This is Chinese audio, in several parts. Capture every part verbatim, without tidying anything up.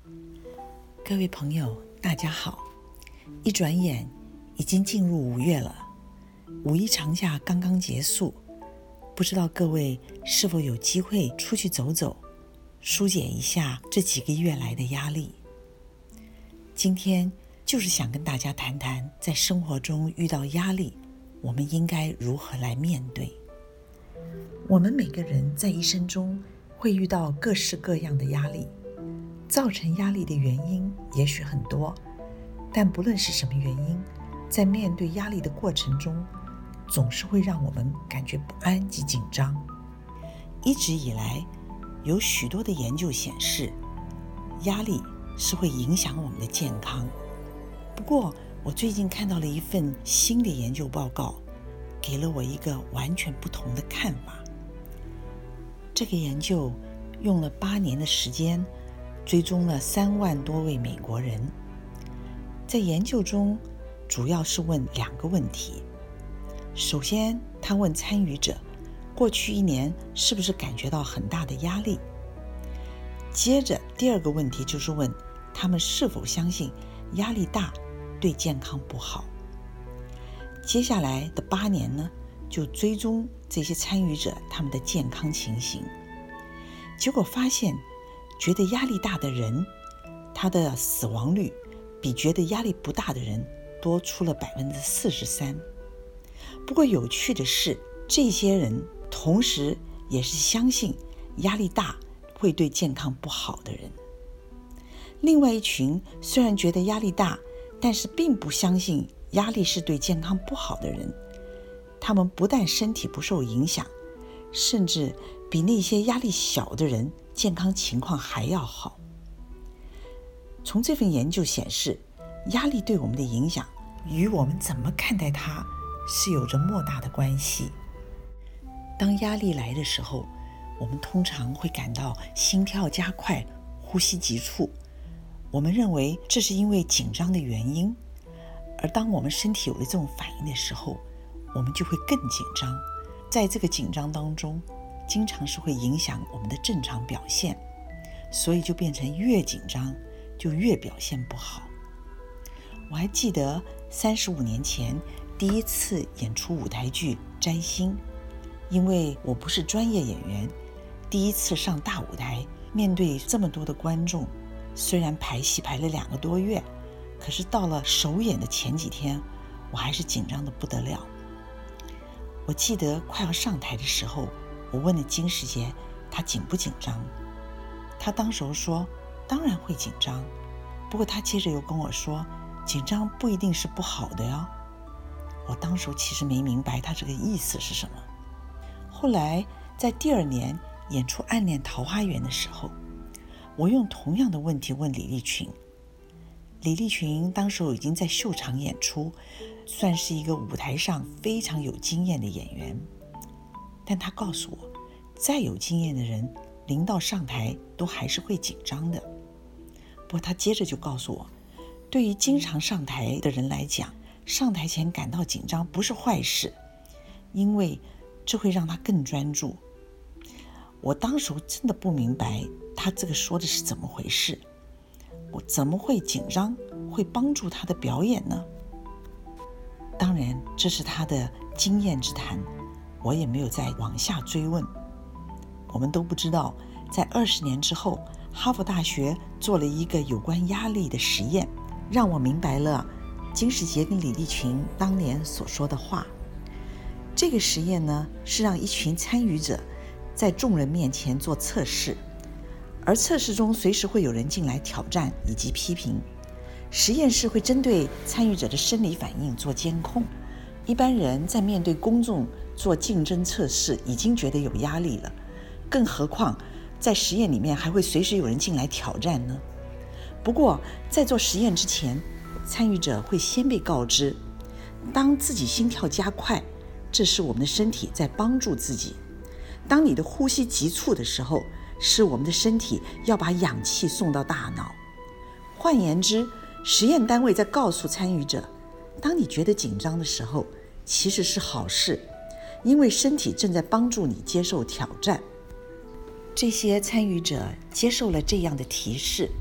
各位朋友，大家好！一转眼已经进入五月了，五一长假刚刚结束，不知道各位是否有机会出去走走，疏解一下这几个月来的压力。今天就是想跟大家谈谈，在生活中遇到压力，我们应该如何来面对。我们每个人在一生中会遇到各式各样的压力，造成压力的原因也许很多，但不论是什么原因，在面对压力的过程中，总是会让我们感觉不安及紧张。一直以来，有许多的研究显示，压力是会影响我们的健康。不过，我最近看到了一份新的研究报告，给了我一个完全不同的看法。这个研究用了八年的时间，追踪了三万多位美国人。在研究中，主要是问两个问题。首先，他问参与者，过去一年是不是感觉到很大的压力？接着，第二个问题就是问他们是否相信压力大对健康不好。接下来的八年呢，就追踪这些参与者他们的健康情形。结果发现，觉得压力大的人，他的死亡率比觉得压力不大的人多出了百分之四十三。不过有趣的是，这些人同时也是相信压力大会对健康不好的人。另外一群虽然觉得压力大，但是并不相信压力是对健康不好的人，他们不但身体不受影响，甚至比那些压力小的人健康情况还要好。从这份研究显示，压力对我们的影响与我们怎么看待它是有着莫大的关系。当压力来的时候，我们通常会感到心跳加快，呼吸急促。我们认为这是因为紧张的原因，而当我们身体有了这种反应的时候，我们就会更紧张。在这个紧张当中，经常是会影响我们的正常表现，所以就变成越紧张就越表现不好。我还记得三十五年前第一次演出舞台剧《摘星》，因为我不是专业演员，第一次上大舞台，面对这么多的观众，虽然排戏排了两个多月，可是到了首演的前几天，我还是紧张得不得了。我记得快要上台的时候，我问了金师姐，她紧不紧张？她当时说，当然会紧张。不过她接着又跟我说，紧张不一定是不好的呀。我当时其实没明白她这个意思是什么。后来在第二年演出《暗恋桃花源》的时候，我用同样的问题问李立群。李立群当时已经在秀场演出，算是一个舞台上非常有经验的演员。但他告诉我，再有经验的人临到上台都还是会紧张的。不过他接着就告诉我，对于经常上台的人来讲，上台前感到紧张不是坏事，因为这会让他更专注。我当时真的不明白他这个说的是怎么回事，我怎么会紧张会帮助他的表演呢？当然这是他的经验之谈，我也没有再往下追问。我们都不知道，在二十年之后，哈佛大学做了一个有关压力的实验，让我明白了金士杰跟李立群当年所说的话。这个实验呢，是让一群参与者在众人面前做测试，而测试中随时会有人进来挑战以及批评。实验室会针对参与者的生理反应做监控。一般人在面对公众做竞争测试已经觉得有压力了，更何况在实验里面还会随时有人进来挑战呢？不过在做实验之前，参与者会先被告知，当自己心跳加快，这是我们的身体在帮助自己；当你的呼吸急促的时候，是我们的身体要把氧气送到大脑。换言之，实验单位在告诉参与者，当你觉得紧张的时候，其实是好事，因为身体正在帮助你接受挑战。这些参与者接受了这样的提示，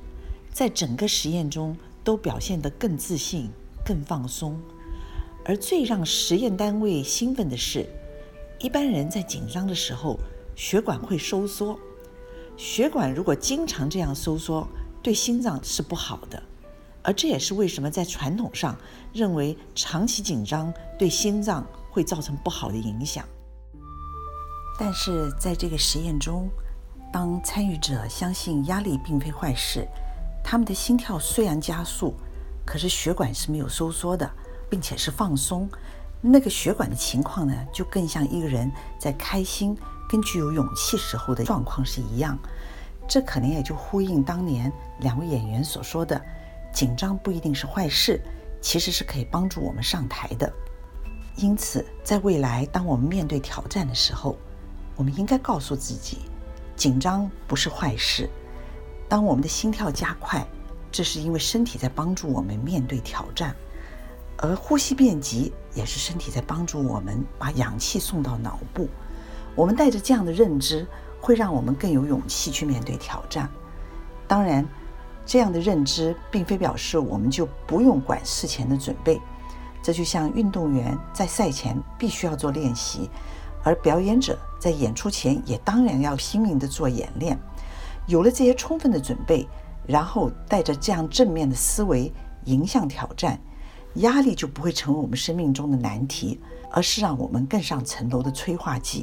在整个实验中都表现得更自信、更放松。而最让实验单位兴奋的是，一般人在紧张的时候，血管会收缩。血管如果经常这样收缩，对心脏是不好的。而这也是为什么在传统上认为长期紧张对心脏会造成不好的影响。但是在这个实验中，当参与者相信压力并非坏事，他们的心跳虽然加速，可是血管是没有收缩的，并且是放松。那个血管的情况呢，就更像一个人在开心跟具有勇气时候的状况是一样。这可能也就呼应当年两位演员所说的，紧张不一定是坏事，其实是可以帮助我们上台的。因此在未来当我们面对挑战的时候，我们应该告诉自己，紧张不是坏事。当我们的心跳加快，这是因为身体在帮助我们面对挑战，而呼吸变急也是身体在帮助我们把氧气送到脑部。我们带着这样的认知，会让我们更有勇气去面对挑战。当然，这样的认知并非表示我们就不用管事前的准备，这就像运动员在赛前必须要做练习，而表演者在演出前也当然要拼命地做演练。有了这些充分的准备，然后带着这样正面的思维迎向挑战，压力就不会成为我们生命中的难题，而是让我们更上层楼的催化剂。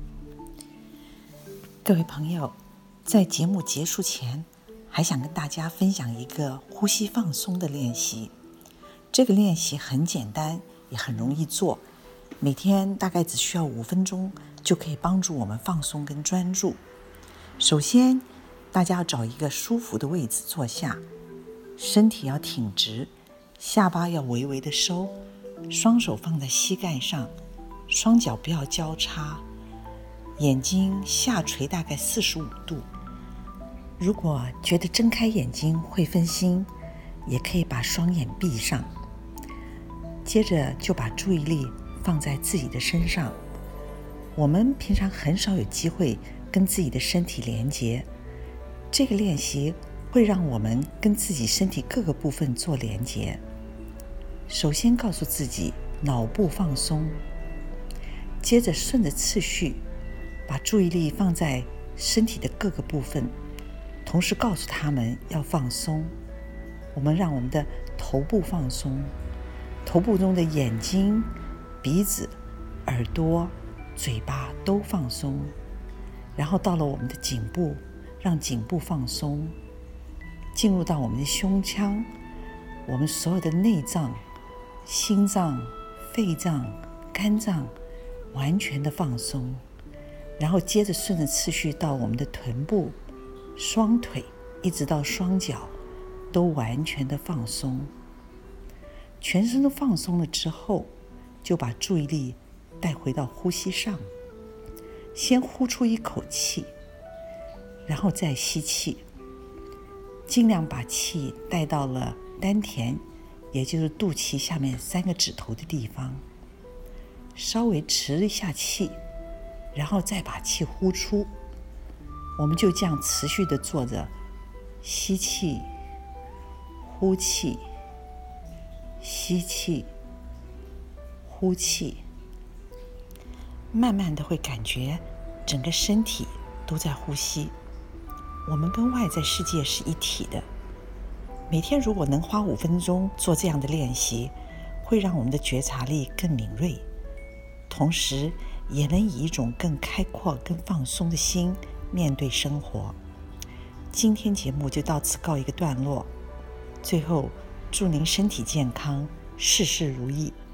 各位朋友，在节目结束前，还想跟大家分享一个呼吸放松的练习。这个练习很简单，也很容易做，每天大概只需要五分钟，就可以帮助我们放松跟专注。首先，大家要找一个舒服的位置坐下，身体要挺直，下巴要微微的收，双手放在膝盖上，双脚不要交叉，眼睛下垂大概四十五度。如果觉得睁开眼睛会分心，也可以把双眼闭上。接着就把注意力放在自己的身上。我们平常很少有机会跟自己的身体连接，这个练习会让我们跟自己身体各个部分做连接。首先告诉自己脑部放松，接着顺着次序把注意力放在身体的各个部分，同时告诉他们要放松。我们让我们的头部放松，头部中的眼睛、鼻子、耳朵、嘴巴都放松，然后到了我们的颈部，让颈部放松，进入到我们的胸腔，我们所有的内脏、心脏、肺脏、肝脏完全的放松，然后接着顺着次序到我们的臀部、双腿，一直到双脚，都完全的放松。全身都放松了之后，就把注意力带回到呼吸上。先呼出一口气，然后再吸气，尽量把气带到了丹田，也就是肚脐下面三个指头的地方。稍微持一下气，然后再把气呼出。我们就这样持续的做着，吸气、呼气、吸气、呼气，慢慢的会感觉整个身体都在呼吸。我们跟外在世界是一体的。每天如果能花五分钟做这样的练习，会让我们的觉察力更敏锐，同时也能以一种更开阔、更放松的心面对生活。今天节目就到此告一个段落，最后祝您身体健康，事事如意。